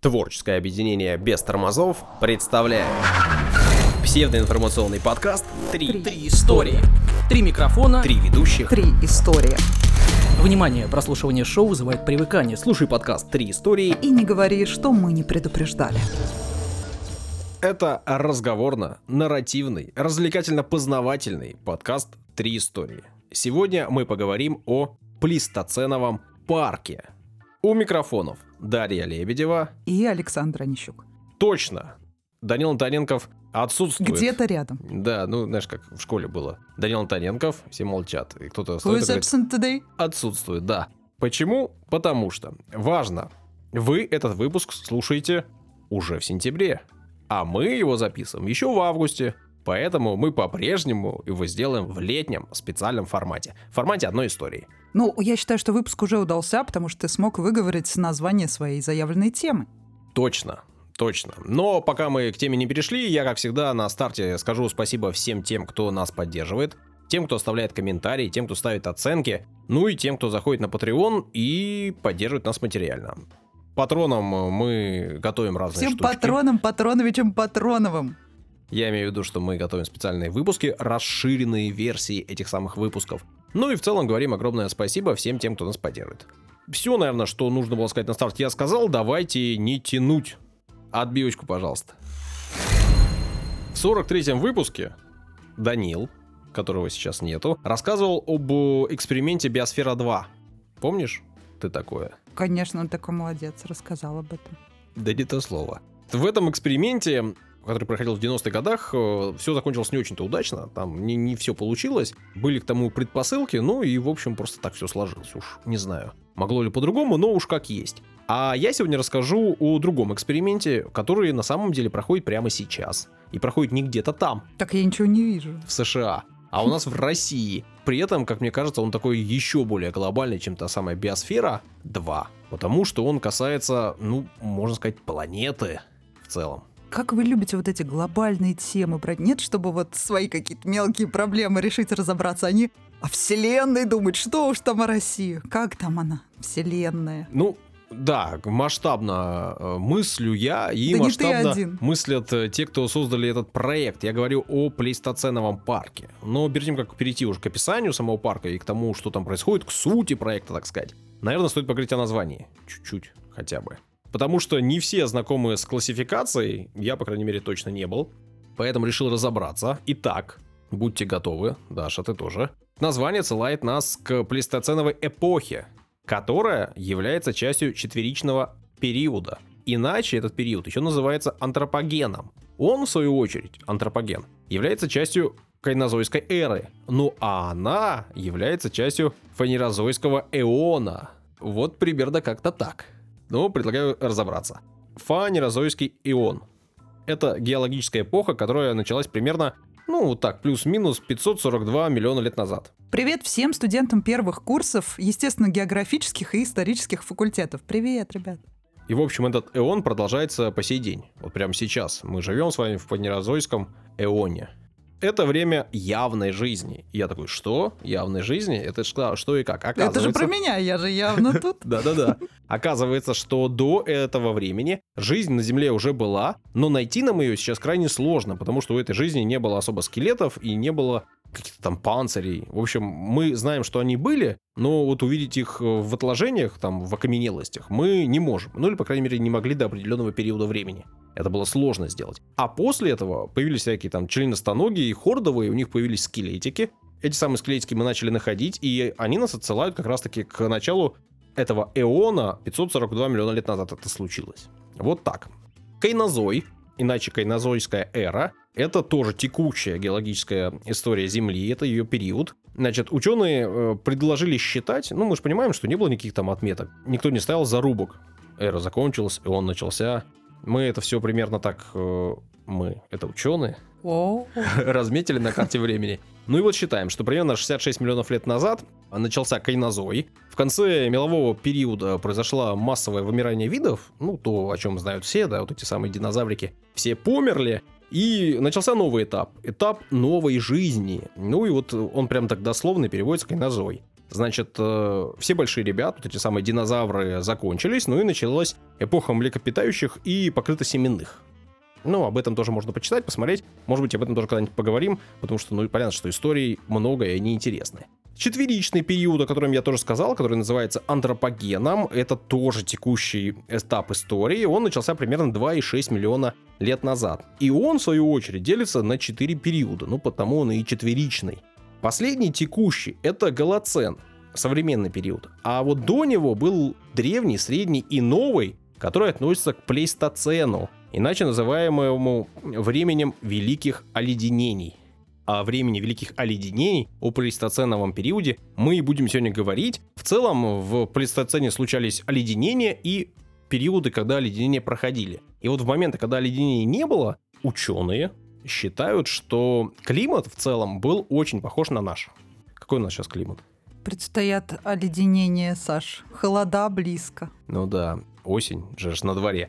Творческое объединение «Без тормозов» представляет псевдоинформационный подкаст «Три истории». 3 микрофона, 3 ведущих. 3 истории. Внимание, прослушивание шоу вызывает привыкание. Слушай подкаст «3 истории». И не говори, что мы не предупреждали. Это разговорно-нарративный, развлекательно-познавательный подкаст «Три истории». Сегодня мы поговорим о плейстоценовом парке. У микрофонов Дарья Лебедева И Александр Онищук. Точно. Данил Антоненков отсутствует. Где-то рядом. Да, знаешь, как в школе было. Данил Антоненков, все молчат. И кто-то Who стоит и is говорит, absent today? отсутствует, да. Почему? Потому что важно, вы этот выпуск слушаете уже в сентябре, а мы его записываем еще в августе. Поэтому мы по-прежнему его сделаем в летнем специальном формате. В формате одной истории. Я считаю, что выпуск уже удался, потому что ты смог выговорить название своей заявленной темы. Точно. Но пока мы к теме не перешли, я, как всегда, на старте скажу спасибо всем тем, кто нас поддерживает, тем, кто оставляет комментарии, тем, кто ставит оценки, и тем, кто заходит на Patreon и поддерживает нас материально. Патронам мы готовим разные Всем штучки. патронам, Патроновичем Патроновым. Я имею в виду, что мы готовим специальные выпуски, расширенные версии этих самых выпусков. И в целом говорим огромное спасибо всем тем, кто нас поддерживает. Все, наверное, что нужно было сказать на старте, я сказал. Давайте не тянуть. Отбивочку, пожалуйста. В 43-м выпуске Данил, которого сейчас нету, рассказывал об эксперименте Биосфера-2. Помнишь ты такое? Конечно, он такой молодец, рассказал об этом. Да не то слово. В этом эксперименте, который проходил в 90-х годах, все закончилось не очень-то удачно, там не все получилось, были к тому предпосылки, и, в общем, просто так все сложилось, уж не знаю. Могло ли по-другому, но уж как есть. А я сегодня расскажу о другом эксперименте, который на самом деле проходит прямо сейчас. И проходит не где-то там, Так я ничего не вижу. в США, а у нас в России. При этом, как мне кажется, он такой еще более глобальный, чем та самая Биосфера-2, потому что он касается, можно сказать, планеты в целом. Как вы любите вот эти глобальные темы брать? Нет, чтобы свои какие-то мелкие проблемы решить, разобраться. Они о Вселенной думают, что уж там о России. Как там она, Вселенная? Да, масштабно мыслю я, и Да не ты масштабно один. мыслят те, кто создали этот проект. Я говорю о плейстоценовом парке. Но перед тем, как перейти уже к описанию самого парка и к тому, что там происходит, к сути проекта, так сказать, наверное, стоит поговорить о названии. Чуть-чуть хотя бы. Потому что не все знакомы с классификацией, я, по крайней мере, точно не был. Поэтому решил разобраться. Итак, будьте готовы, Даша, ты тоже. Название отсылает нас к плейстоценовой эпохе, которая является частью четверичного периода. Иначе этот период еще называется антропогеном. Он, в свою очередь, антропоген, является частью кайнозойской эры. А она является частью фанерозойского эона. Вот примерно как-то так. Предлагаю разобраться. Фанерозойский эон. Это геологическая эпоха, которая началась примерно, плюс-минус 542 миллиона лет назад. Привет всем студентам первых курсов естественно-географических и исторических факультетов. Привет, ребят. И, в общем, этот эон продолжается по сей день. Вот прямо сейчас мы живем с вами в Фанерозойском эоне. Это время явной жизни. И я такой, что? Явной жизни? Это что и как? Это же про меня, я же явно тут. Да. Оказывается, что до этого времени жизнь на Земле уже была, но найти нам ее сейчас крайне сложно, потому что у этой жизни не было особо скелетов и не было каких-то там панцирей. В общем, мы знаем, что они были, но вот увидеть их в отложениях, в окаменелостях мы не можем. Или, по крайней мере, не могли до определенного периода времени. Это было сложно сделать. А после этого появились всякие членистоногие и хордовые, у них появились скелетики. Эти самые скелетики мы начали находить, и они нас отсылают как раз-таки к началу этого эона. 542 миллиона лет назад это случилось. Вот так. Кайнозой, иначе кайнозойская эра, это тоже текущая геологическая история Земли, это ее период. Значит, ученые предложили считать, мы же понимаем, что не было никаких там отметок. Никто не ставил зарубок. Эра закончилась, эон начался. Мы это все примерно так, это ученые, разметили на карте времени. И вот считаем, что примерно 66 миллионов лет назад начался кайнозой. В конце мелового периода произошло массовое вымирание видов, то, о чем знают все, да, вот эти самые динозаврики, все померли. И начался новый этап новой жизни. И вот он прям так дословно переводится кайнозой. Значит, все большие ребята, вот эти самые динозавры, закончились, ну и началась эпоха млекопитающих и покрытосеменных. Ну, об этом тоже можно почитать, посмотреть. Может быть, об этом тоже когда-нибудь поговорим, потому что, ну, понятно, что историй много, и они интересны. Четверичный период, о котором я тоже сказал, который называется антропогеном, это тоже текущий этап истории. Он начался примерно 2,6 миллиона лет назад. И он, в свою очередь, делится на 4 периода, ну, потому он и четверичный. Последний текущий — это голоцен, современный период. А вот до него был древний, средний и новый, который относится к плейстоцену, иначе называемому временем великих оледенений. О времени великих оледенений, о плейстоценовом периоде мы и будем сегодня говорить. В целом в плейстоцене случались оледенения и периоды, когда оледенения проходили. И вот в моменты, когда оледенений не было, ученые считают, что климат в целом был очень похож на наш. Какой у нас сейчас климат? Предстоят оледенения, Саш. Холода близко. Ну да, осень же на дворе.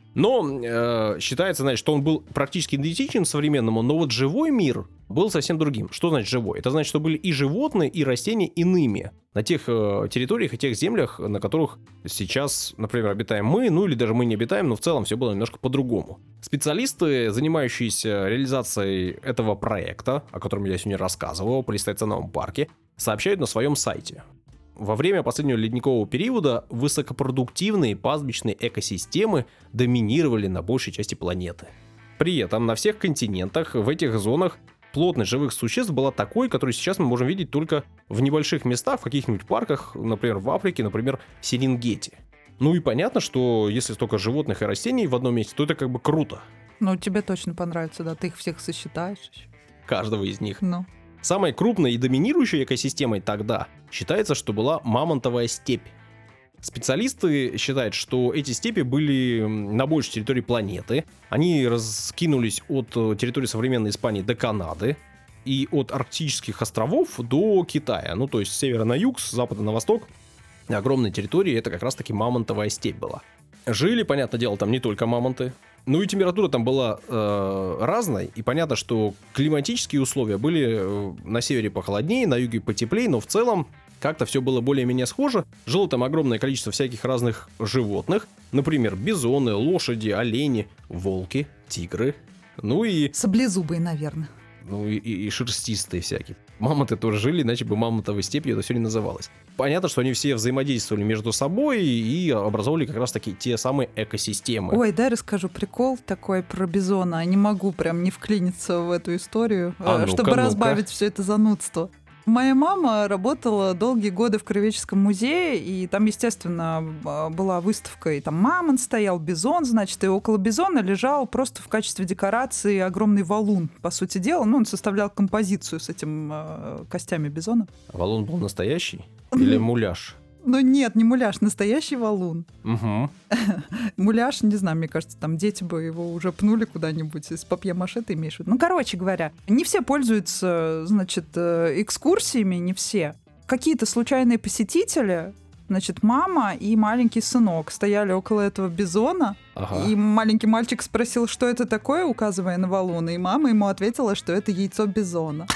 Но считается, значит, что он был практически идентичен современному, но вот живой мир был совсем другим. Что значит живой? Это значит, что были и животные, и растения иными на тех территориях и тех землях, на которых сейчас, например, обитаем мы, ну или даже мы не обитаем, но в целом все было немножко по-другому. Специалисты, занимающиеся реализацией этого проекта, о котором я сегодня рассказывал, при Плейстоценовом парке, сообщают на своем сайте. Во время последнего ледникового периода высокопродуктивные пастбищные экосистемы доминировали на большей части планеты. При этом на всех континентах в этих зонах плотность живых существ была такой, которую сейчас мы можем видеть только в небольших местах, в каких-нибудь парках, например, в Африке, например, в Серенгети. Ну и понятно, что если столько животных и растений в одном месте, то это как бы круто. Ну, тебе точно понравится, да, ты их всех сосчитаешь еще. Каждого из них. Ну. Самой крупной и доминирующей экосистемой тогда считается, что была мамонтовая степь. Специалисты считают, что эти степи были на большей территории планеты. Они раскинулись от территории современной Испании до Канады и от арктических островов до Китая. Ну, то есть с севера на юг, с запада на восток. Огромной территории, это как раз-таки мамонтовая степь была. Жили, понятное дело, там не только мамонты. Ну и температура там была разной, и понятно, что климатические условия были на севере похолоднее, на юге потеплее, но в целом как-то все было более-менее схоже. Жило там огромное количество всяких разных животных, например, бизоны, лошади, олени, волки, тигры, ну и... Саблезубые, наверное. Ну и шерстистые всякие. Мамонты тоже жили, иначе бы мамонтовой степью это все не называлось. Понятно, что они все взаимодействовали между собой и образовывали как раз-таки те самые экосистемы. Ой, дай расскажу прикол такой про бизона. Не могу прям не вклиниться в эту историю, чтобы разбавить все это занудство. Моя мама работала долгие годы в Краеведческом музее, и там, естественно, была выставка, и там мамонт стоял, бизон, значит, и около бизона лежал просто в качестве декорации огромный валун, по сути дела. Ну, он составлял композицию с этим костями бизона. Валун был настоящий или муляж? Ну нет, не муляж, настоящий валун. Угу. Муляж, не знаю, мне кажется, там дети бы его уже пнули куда-нибудь из папье-маше, ты имеешь в виду. Ну, короче говоря, не все пользуются, значит, экскурсиями, не все. Какие-то случайные посетители, значит, мама и маленький сынок стояли около этого бизона, и маленький мальчик спросил, что это такое, указывая на валун, и мама ему ответила, что это яйцо бизона.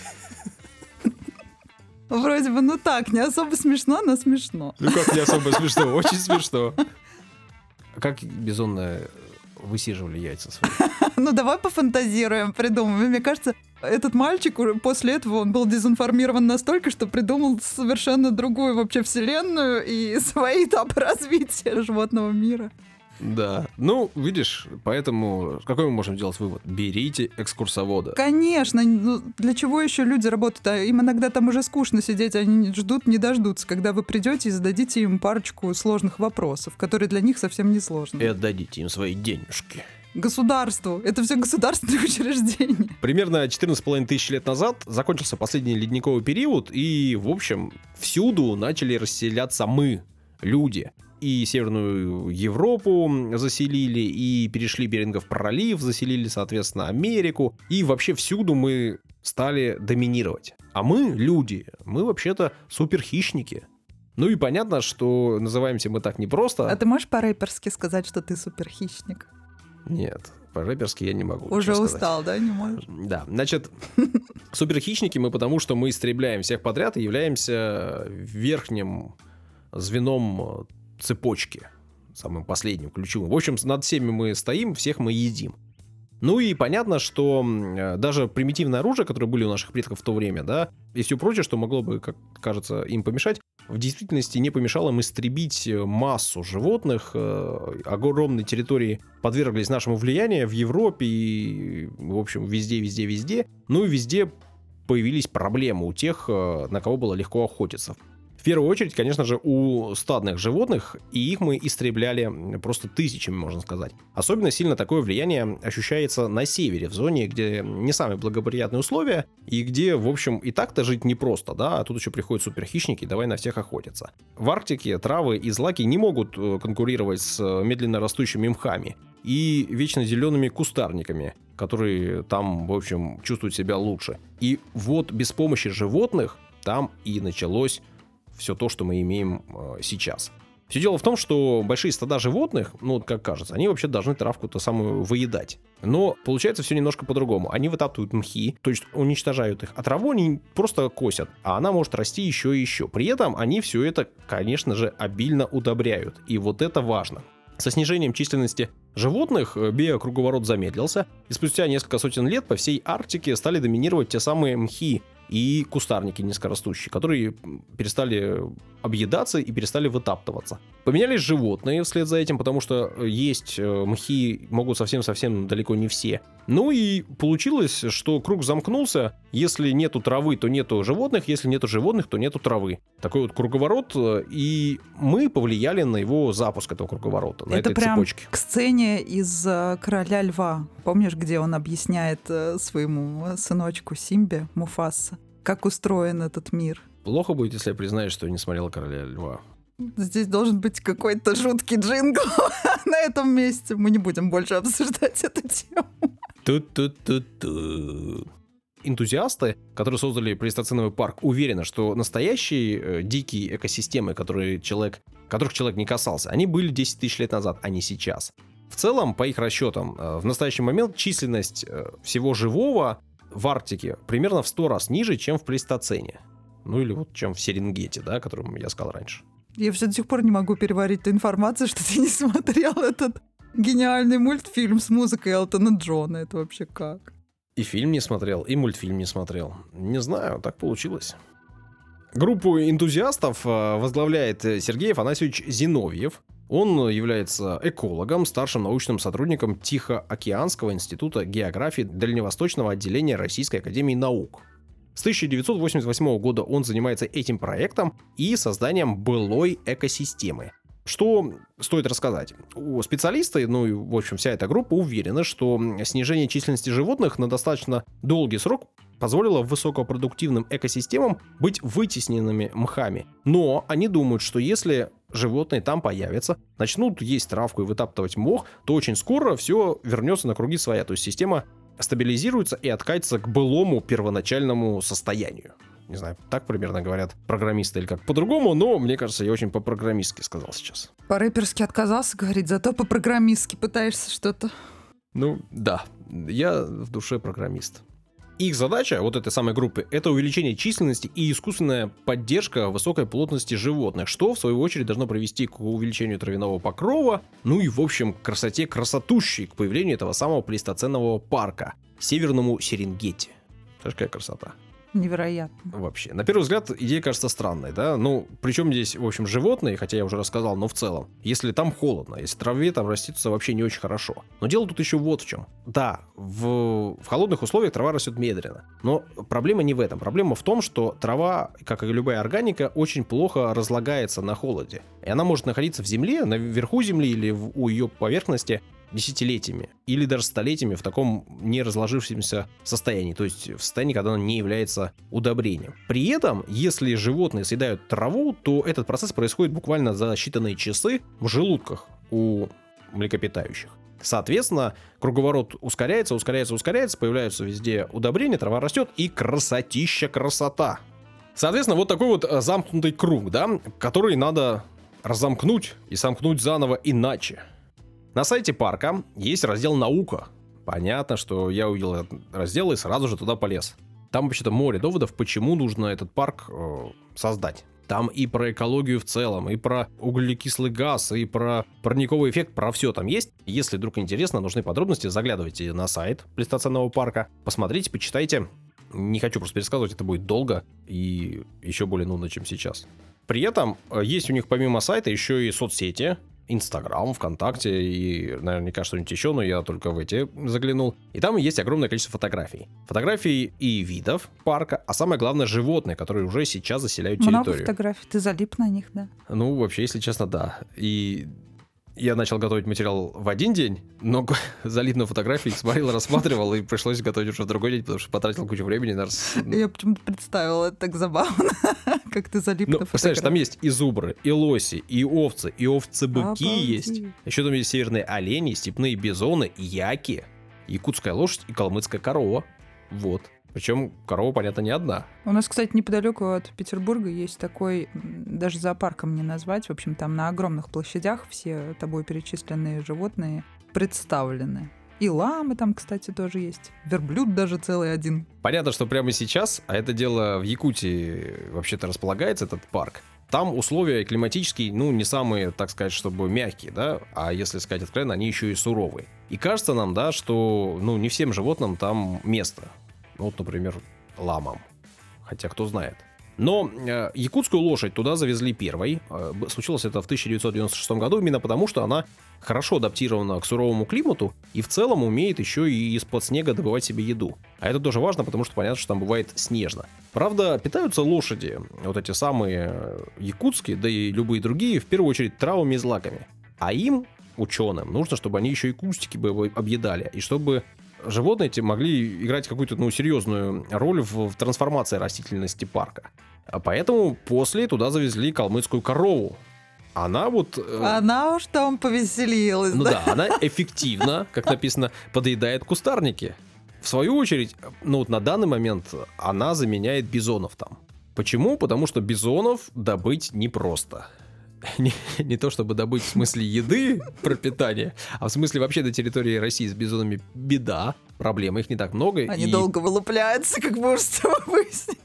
Вроде бы, ну так, не особо смешно, но смешно. Ну как не особо смешно? Очень смешно. Как бизоны высиживали яйца свои? Ну давай пофантазируем, придумаем. Мне кажется, этот мальчик после этого он был дезинформирован настолько, что придумал совершенно другую вообще вселенную и свои этапы развития животного мира. Да. Ну, видишь, поэтому какой мы можем делать вывод? Берите экскурсовода. Конечно. Ну, для чего еще люди работают? А им иногда там уже скучно сидеть, они ждут, не дождутся, когда вы придете и зададите им парочку сложных вопросов, которые для них совсем не сложны. И отдадите им свои денежки. Государству. Это все государственные учреждения. Примерно 14,5 тысяч лет назад закончился последний ледниковый период, и, в общем, всюду начали расселяться мы, люди. И Северную Европу заселили, и перешли Берингов пролив, заселили, соответственно, Америку. И вообще всюду мы стали доминировать. А мы, люди, мы вообще-то суперхищники. Ну и понятно, что называемся мы так не просто. А ты можешь по-рэперски сказать, что ты суперхищник? Нет. По-рэперски я не могу. Уже устал, да, не можешь? Да, значит, суперхищники мы потому, что мы истребляем всех подряд и являемся верхним звеном цепочки, самым последним, ключевым. В общем, над всеми мы стоим, всех мы едим. Ну и понятно, что даже примитивное оружие, которое были у наших предков в то время, да, и все прочее, что могло бы, как кажется, им помешать, в действительности не помешало им истребить массу животных. Огромные территории подверглись нашему влиянию в Европе и, в общем, везде. Ну и везде появились проблемы у тех, на кого было легко охотиться. В первую очередь, конечно же, у стадных животных, и их мы истребляли просто тысячами, можно сказать. Особенно сильно такое влияние ощущается на севере, в зоне, где не самые благоприятные условия, и где, в общем, и так-то жить непросто, да, а тут еще приходят суперхищники, давай на всех охотиться. В Арктике травы и злаки не могут конкурировать с медленно растущими мхами и вечно зелеными кустарниками, которые там, в общем, чувствуют себя лучше. И вот без помощи животных там и началось все то, что мы имеем сейчас. Все дело в том, что большие стада животных, ну вот как кажется, они вообще должны травку-то самую выедать. Но получается все немножко по-другому. Они вытаптывают мхи, то есть уничтожают их, а траву они просто косят, а она может расти еще и еще. При этом они все это, конечно же, обильно удобряют. И вот это важно. Со снижением численности животных биокруговорот замедлился, и спустя несколько сотен лет по всей Арктике стали доминировать те самые мхи и кустарники низкорастущие, которые перестали объедаться и перестали вытаптываться. Поменялись животные вслед за этим, потому что есть мхи могут совсем-совсем далеко не все. Ну и получилось, что круг замкнулся. Если нету травы, то нету животных. Если нету животных, то нету травы. Такой вот круговорот. И мы повлияли на его запуск этого круговорота, на это этой прям цепочке. К сцене из «Короля льва». Помнишь, где он объясняет своему сыночку Симбе, Муфаса, как устроен этот мир? Плохо будет, если я признаюсь, что я не смотрел «Короля льва». Здесь должен быть какой-то жуткий джингл на этом месте. Мы не будем больше обсуждать эту тему. Ту-ту-ту-ту. Энтузиасты, которые создали плейстоценовый парк, уверены, что настоящие дикие экосистемы, которых человек не касался, они были 10 тысяч лет назад, а не сейчас. В целом, по их расчетам, в настоящий момент численность всего живого в Арктике примерно в 100 раз ниже, чем в плейстоцене. Ну или вот чем в Серенгете, да, о котором я сказал раньше. Я все до сих пор не могу переварить ту информацию, что ты не смотрел этот гениальный мультфильм с музыкой Элтона Джона. Это вообще как? И фильм не смотрел, и мультфильм не смотрел. Не знаю, так получилось. Группу энтузиастов возглавляет Сергей Афанасьевич Зиновьев. Он является экологом, старшим научным сотрудником Тихоокеанского института географии Дальневосточного отделения Российской академии наук. С 1988 года он занимается этим проектом и созданием былой экосистемы. Что стоит рассказать? Специалисты, ну и в общем вся эта группа уверены, что снижение численности животных на достаточно долгий срок позволило высокопродуктивным экосистемам быть вытесненными мхами. Но они думают, что если животные там появятся, начнут есть травку и вытаптывать мох, то очень скоро все вернется на круги своя. То есть система стабилизируется и откатится к былому первоначальному состоянию. Не знаю, так примерно говорят программисты или как по-другому, но мне кажется, я очень по-программистски сказал сейчас. По-рэперски отказался говорить, зато по-программистски пытаешься что-то. Ну, да, я в душе программист. Их задача, вот этой самой группы, это увеличение численности и искусственная поддержка высокой плотности животных, что, в свою очередь, должно привести к увеличению травяного покрова, ну и, в общем, к красоте красотущей, к появлению этого самого плейстоценового парка, северному Серенгете. Знаешь, какая красота? Невероятно. Вообще. На первый взгляд, идея кажется странной, да? Ну, причем здесь, в общем, животные, хотя я уже рассказал, но в целом, если там холодно, если траве там растится вообще не очень хорошо. Но дело тут еще вот в чем. Да, в холодных условиях трава растет медленно, но проблема не в этом. Проблема в том, что трава, как и любая органика, очень плохо разлагается на холоде. И она может находиться в земле, наверху земли или у ее поверхности десятилетиями или даже столетиями в таком не разложившемся состоянии, то есть в состоянии, когда она не является удобрением. При этом, если животные съедают траву, то этот процесс происходит буквально за считанные часы в желудках у млекопитающих. Соответственно, круговорот ускоряется, появляются везде удобрения, трава растет и красота. Соответственно, вот такой вот замкнутый круг, да, который надо разомкнуть и сомкнуть заново иначе. На сайте парка есть раздел «Наука». Понятно, что я увидел этот раздел и сразу же туда полез. Там вообще-то море доводов, почему нужно этот парк создать. Там и про экологию в целом, и про углекислый газ, и про парниковый эффект, про все там есть. Если вдруг интересно, нужны подробности, заглядывайте на сайт Плейстоценного парка, посмотрите, почитайте. Не хочу просто пересказывать, это будет долго и еще более нудно, чем сейчас. При этом есть у них помимо сайта еще и соцсети, Инстаграм, ВКонтакте и наверняка что-нибудь еще, но я только в эти заглянул. И там есть огромное количество фотографий. Фотографий и видов парка, а самое главное животные, которые уже сейчас заселяют территорию. Много фотографий, ты залип на них, да? Ну, вообще, если честно, да. И я начал готовить материал в один день, но залип на фотографии, смотрел, рассматривал, и пришлось готовить уже в другой день, потому что потратил кучу времени. Я почему-то представила, это так забавно, как ты залип на фотографии. Представляешь, там есть и зубры, и лоси, и овцы-быки есть. Еще там есть северные олени, степные бизоны, яки, якутская лошадь и калмыцкая корова. Вот. Причем корова, понятно, не одна. У нас, кстати, неподалеку от Петербурга есть такой, даже зоопарком не назвать, в общем, там на огромных площадях все тобой перечисленные животные представлены. И ламы там, кстати, тоже есть. Верблюд даже целый один. Понятно, что прямо сейчас, а это дело в Якутии вообще-то располагается, этот парк, там условия климатические, не самые, так сказать, чтобы мягкие, да, а если сказать откровенно, они еще и суровые. И кажется нам, да, что, не всем животным там место. Вот, например, ламам. Хотя кто знает. Но якутскую лошадь туда завезли первой. Случилось это в 1996 году именно потому, что она хорошо адаптирована к суровому климату и в целом умеет еще и из-под снега добывать себе еду. А это тоже важно, потому что понятно, что там бывает снежно. Правда, питаются лошади, вот эти самые якутские, да и любые другие, в первую очередь травами и злаками. А им, ученым, нужно, чтобы они еще и кустики бы объедали, и чтобы животные эти могли играть какую-то серьезную роль в трансформации растительности парка. А поэтому после туда завезли калмыцкую корову. Она уж там повеселилась. Да, она эффективно, как написано, подъедает кустарники. В свою очередь, на данный момент она заменяет бизонов там. Почему? Потому что бизонов добыть непросто. Не то чтобы добыть в смысле еды, пропитания, а в смысле вообще на территории России с бизонами беда, проблемы, их не так много. Они долго вылупляются, как бы что выяснить.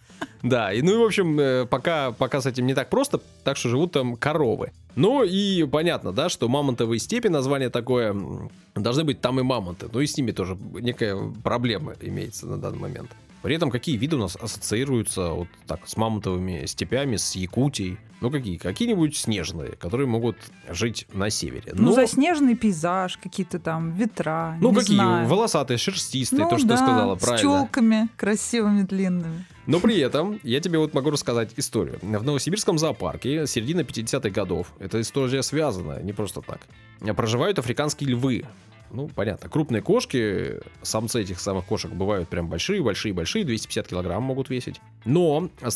Да, и в общем, пока с этим не так просто, так что живут там коровы. Ну и понятно, да, что мамонтовые степи, название такое, должны быть там и мамонты, и с ними тоже некая проблема имеется на данный момент. При этом какие виды у нас ассоциируются вот так с мамонтовыми степями, с Якутией? Какие-нибудь снежные, которые могут жить на севере. Заснеженный пейзаж, какие-то там ветра, знаю. Волосатые, шерстистые, то, что ты сказала, правильно. С челками красивыми, длинными. Но при этом я тебе могу рассказать историю. В Новосибирском зоопарке середина 50-х годов, эта история связана, не просто так, проживают африканские львы. Понятно, крупные кошки, самцы этих самых кошек бывают прям большие, 250 килограмм могут весить. Но с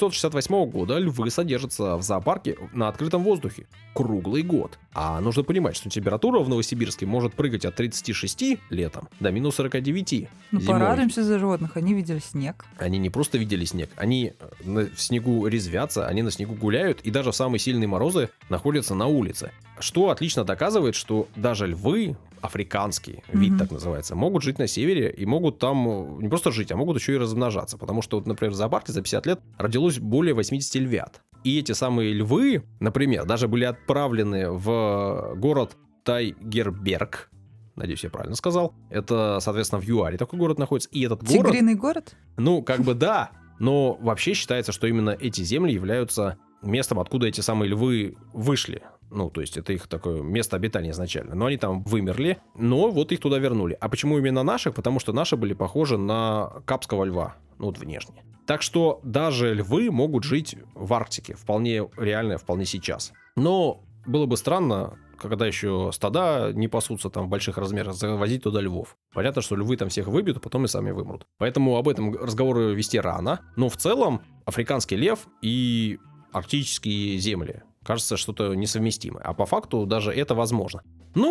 1968 года львы содержатся в зоопарке на открытом воздухе круглый год. А нужно понимать, что температура в Новосибирске может прыгать от 36 летом до минус 49 зимой. Порадуемся за животных, они видели снег. Они не просто видели снег, они в снегу резвятся, они на снегу гуляют и даже в самые сильные морозы находятся на улице. Что отлично доказывает, что даже львы, африканский вид так называется, могут жить на севере и могут там не просто жить, а могут еще и размножаться. Потому что, например, в зоопарке за 50 лет родилось более 80 львят. И эти самые львы, например, даже были отправлены в город Тайгерберг. Надеюсь, я правильно сказал. Это, соответственно, в ЮАРе такой город находится. И этот город... Тигриный город? Да. Но вообще считается, что именно эти земли являются местом, откуда эти самые львы вышли. То есть это их такое место обитания изначально. Но они там вымерли, но вот их туда вернули. А почему именно наших? Потому что наши были похожи на капского льва, внешне. Так что даже львы могут жить в Арктике. Вполне реально, вполне сейчас. Но было бы странно, когда еще стада не пасутся там в больших размерах, завозить туда львов. Понятно, что львы там всех выбьют, а потом и сами вымрут. Поэтому об этом разговоры вести рано. Но в целом африканский лев и арктические земли кажется что-то несовместимое. А по факту даже это возможно.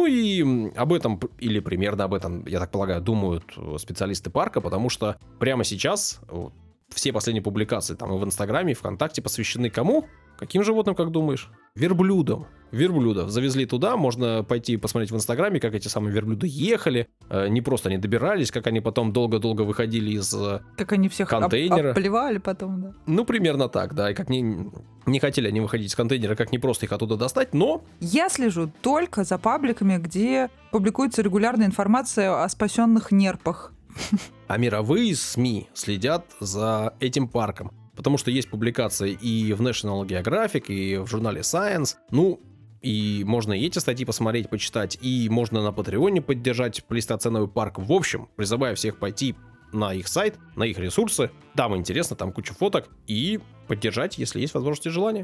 И об этом, или примерно об этом, я так полагаю, думают специалисты парка, потому что прямо сейчас все последние публикации там и в Инстаграме, и ВКонтакте посвящены кому? Каким животным, как думаешь? верблюдов завезли туда, можно пойти посмотреть в Инстаграме, как эти самые верблюды ехали, не просто они добирались, как они потом долго-долго выходили из как они всех контейнера. Обплевали потом, да. Ну, примерно так, да, и как не хотели они выходить из контейнера, как не просто их оттуда достать, но... Я слежу только за пабликами, где публикуется регулярная информация о спасенных нерпах. А мировые СМИ следят за этим парком, потому что есть публикации и в National Geographic, и в журнале Science, ну... И можно и эти статьи посмотреть, почитать, и можно на Патреоне поддержать плейстоценовый парк. В общем, призываю всех пойти на их сайт, на их ресурсы. Там интересно, там куча фоток. И поддержать, если есть возможность и желание.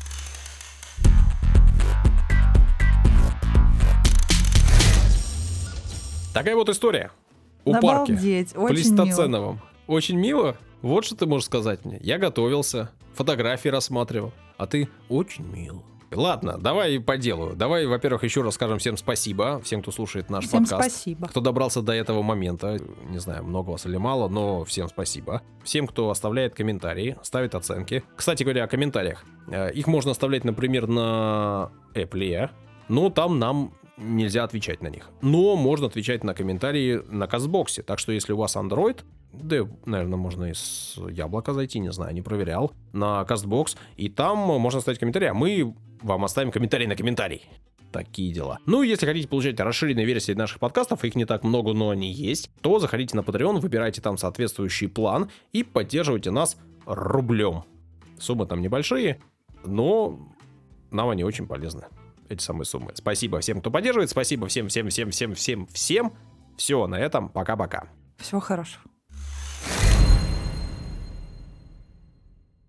Такая вот история о парке плейстоценовом. Очень мило. Вот что ты можешь сказать мне. Я готовился, фотографии рассматривал, а ты очень мил. Ладно, давай по делу. Давай, во-первых, еще раз скажем всем спасибо, всем, кто слушает наш всем подкаст. Спасибо. Кто добрался до этого момента. Не знаю, много вас или мало, но всем спасибо. Всем, кто оставляет комментарии, ставит оценки. Кстати говоря, о комментариях. Их можно оставлять, например, на Apple, но там нам нельзя отвечать на них. Но можно отвечать на комментарии на Кастбоксе. Так что если у вас Android, да, наверное, можно из Яблока зайти, не знаю, не проверял, на Кастбокс, и там можно оставить комментарий, а мы вам оставим комментарий на комментарий. Такие дела. Ну, если хотите получать расширенные версии наших подкастов, их не так много, но они есть, то заходите на Patreon, выбирайте там соответствующий план и поддерживайте нас рублем. Суммы там небольшие, но нам они очень полезны. Эти самые суммы. Спасибо всем, кто поддерживает. Спасибо всем. Все, на этом. Пока-пока. Всего хорошего.